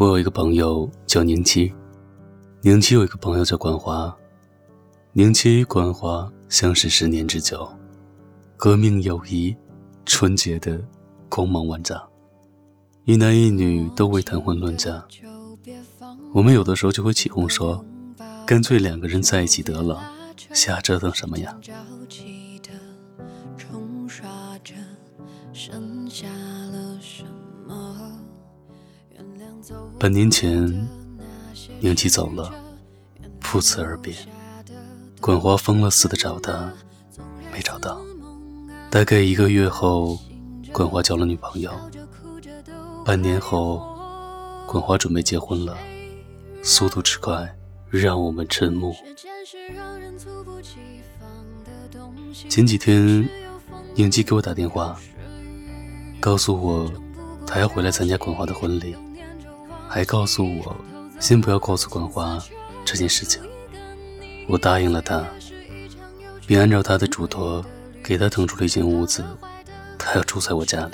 我有一个朋友叫宁七，宁七有一个朋友叫管华，宁七与管华相识10年之久，革命友谊，纯洁的光芒万丈，一男一女都为谈婚论嫁。我们有的时候就会起哄说，干脆2个人在一起得了，瞎折腾什么呀？半年前宁七走了，不辞而别，管华疯了似的找他，没找到。大概1个月后，管华交了女朋友。半年后，管华准备结婚了，速度之快让我们瞠目。前几天宁七给我打电话，告诉我他要回来参加管华的婚礼，还告诉我先不要告诉管华这件事情。我答应了他，并按照他的嘱托给他腾出了一间屋子，他要住在我家里。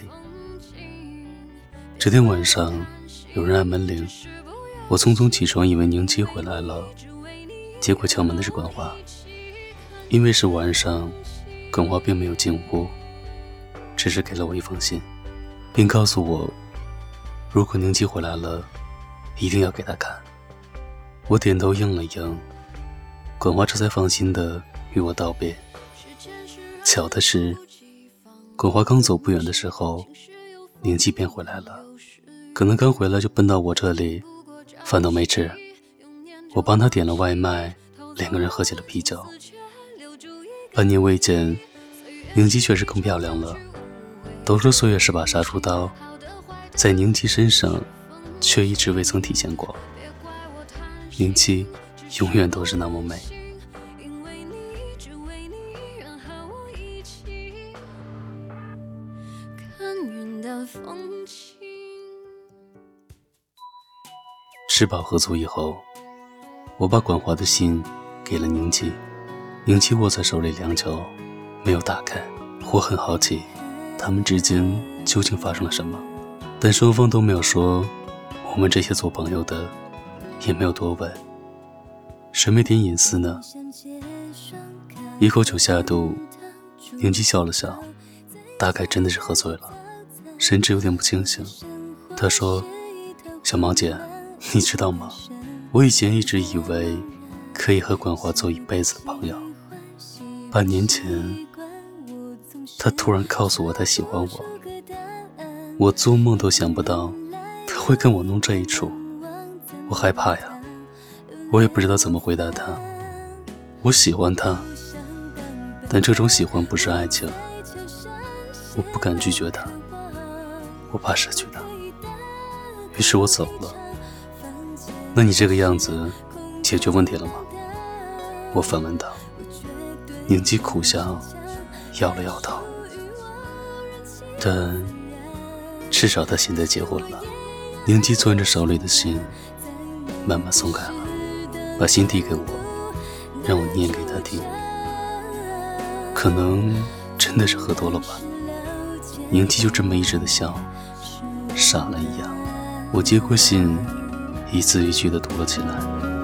这天晚上有人按门铃，我匆匆起床，以为宁七回来了，结果敲门的是管华。因为是晚上，管华并没有进屋，只是给了我一封信，并告诉我如果宁七回来了，一定要给他看。我点头应了应，管华这才放心地与我道别。巧的是，管华刚走不远的时候，宁七便回来了，可能刚回来就奔到我这里，饭都没吃。我帮他点了外卖，2个人喝起了啤酒。半年未见，宁七确实更漂亮了。都说岁月是把杀猪刀，在宁七身上却一直未曾体现过。宁七永远都是那么美。吃饱喝足以后，我把管华的信给了宁七。宁七握在手里良久，没有打开。我很好奇他们之间究竟发生了什么，但双方都没有说，我们这些做朋友的也没有多问。谁没点隐私呢？一口酒下肚，宁七笑了笑，大概真的是喝醉了，神志有点不清醒。他说，小毛姐，你知道吗？我以前一直以为可以和管华做一辈子的朋友。半年前，他突然告诉我他喜欢我，我做梦都想不到他会跟我弄这一出。我害怕呀，我也不知道怎么回答他。我喜欢他，但这种喜欢不是爱情，我不敢拒绝他，我怕失去他，于是我走了。那你这个样子解决问题了吗？我反问道。宁七苦笑，摇了摇头。但至少他现在结婚了。宁七攥着手里的信，慢慢松开了，把信递给我，让我念给他听。可能真的是喝多了吧。宁七就这么一直的笑，傻了一样。我接过信，一字一句地读了起来。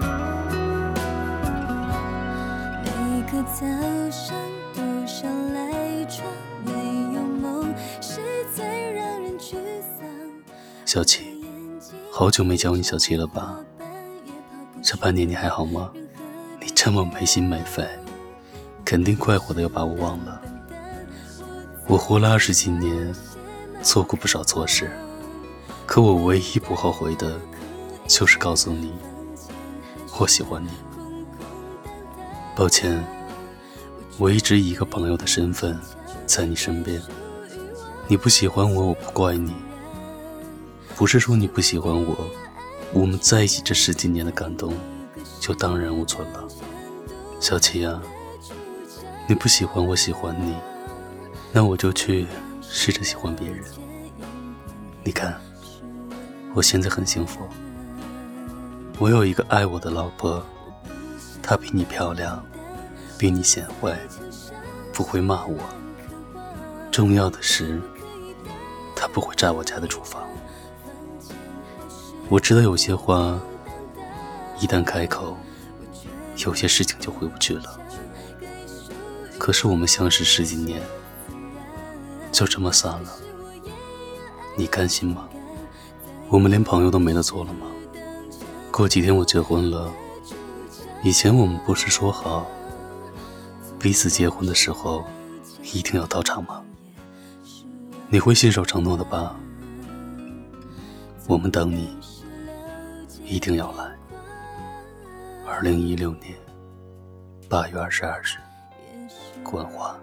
每个早上都想赖床，没有梦是最让人沮丧。 小七，好久没叫你小七了吧？这半年你还好吗？你这么没心没肺，肯定快活的要把我忘了。我活了20几年，做过不少错事，可我唯一不后悔的就是告诉你我喜欢你。抱歉，我一直以一个朋友的身份在你身边，你不喜欢我，我不怪你。不是说你不喜欢我，我们在一起这10几年的感动就荡然无存了。小七啊，你不喜欢我喜欢你，那我就去试着喜欢别人。你看，我现在很幸福，我有一个爱我的老婆，她比你漂亮，比你贤惠，不会骂我，重要的是她不会炸我家的厨房。 我知道有些话一旦开口，有些事情就回不去了。可是我们相识10几年，就这么散了，你甘心吗？我们连朋友都没得做了吗？过几天我结婚了，以前我们不是说好彼此结婚的时候一定要到场吗？你会信守承诺的吧？我们等你，一定要来。2016年8月22日，冠华。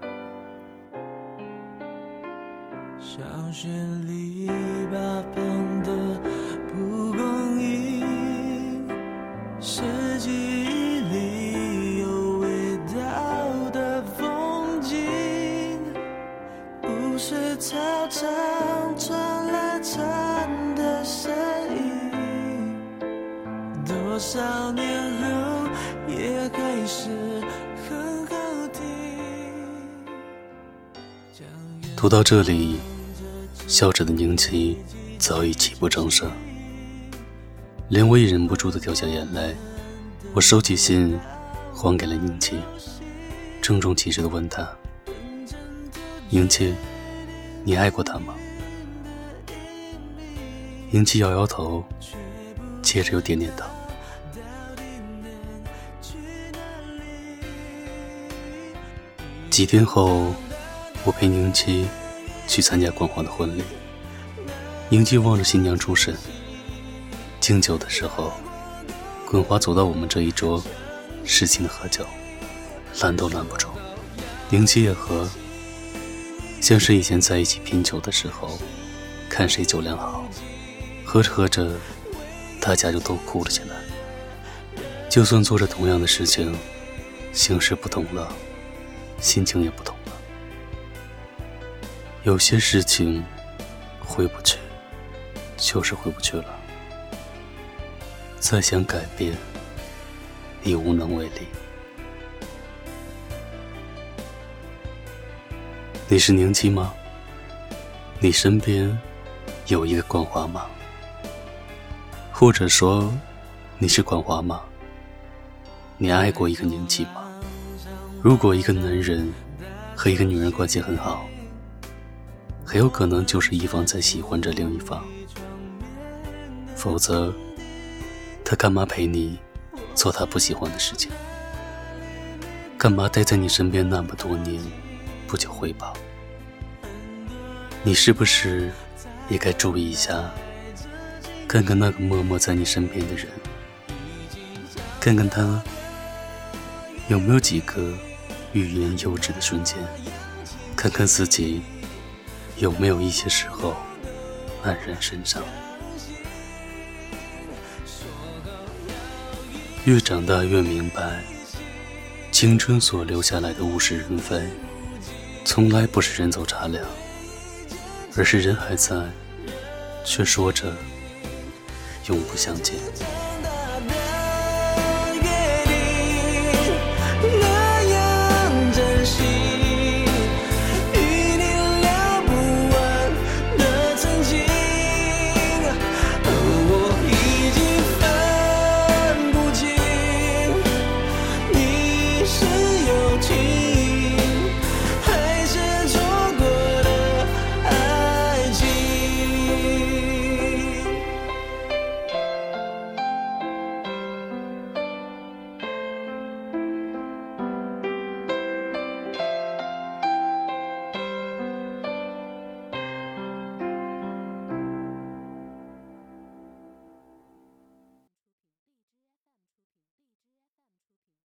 小学里8分的蒲公英，世纪里有味道的风景，不是操场传来蝉的声音，多少年后也还是很好听。 读到这里，笑着的宁琪早已泣不成声，连我也忍不住地掉下眼泪。我收起信还给了宁琪，郑重其事地问他：宁琪，你爱过他吗？宁琪摇摇头，接着又点点头。几天后，我陪宁琪去参加冠华的婚礼。宁琪望着新娘出神，敬酒的时候，冠华走到我们这一桌，使劲的喝酒，拦都拦不住。宁琪也喝，像是以前在一起拼酒的时候，看谁酒量好。喝着喝着，大家就都哭了起来。就算做着同样的事情，形式不同了，心情也不同了。有些事情回不去，就是回不去了。再想改变，已无能为力。你是宁琪吗？你身边有一个冠华吗？或者说，你是冠华吗？你爱过一个宁琪吗？如果一个男人和一个女人关系很好，很有可能就是一方在喜欢着另一方，否则他干嘛陪你做他不喜欢的事情？干嘛待在你身边那么多年不求回报？你是不是也该注意一下，看看那个默默在你身边的人，看看他有没有几个欲言又止的瞬间，看看自己有没有一些时候黯然神伤。越长大越明白，青春所留下来的物是人非，从来不是人走茶凉，而是人还在，却说着永不相见。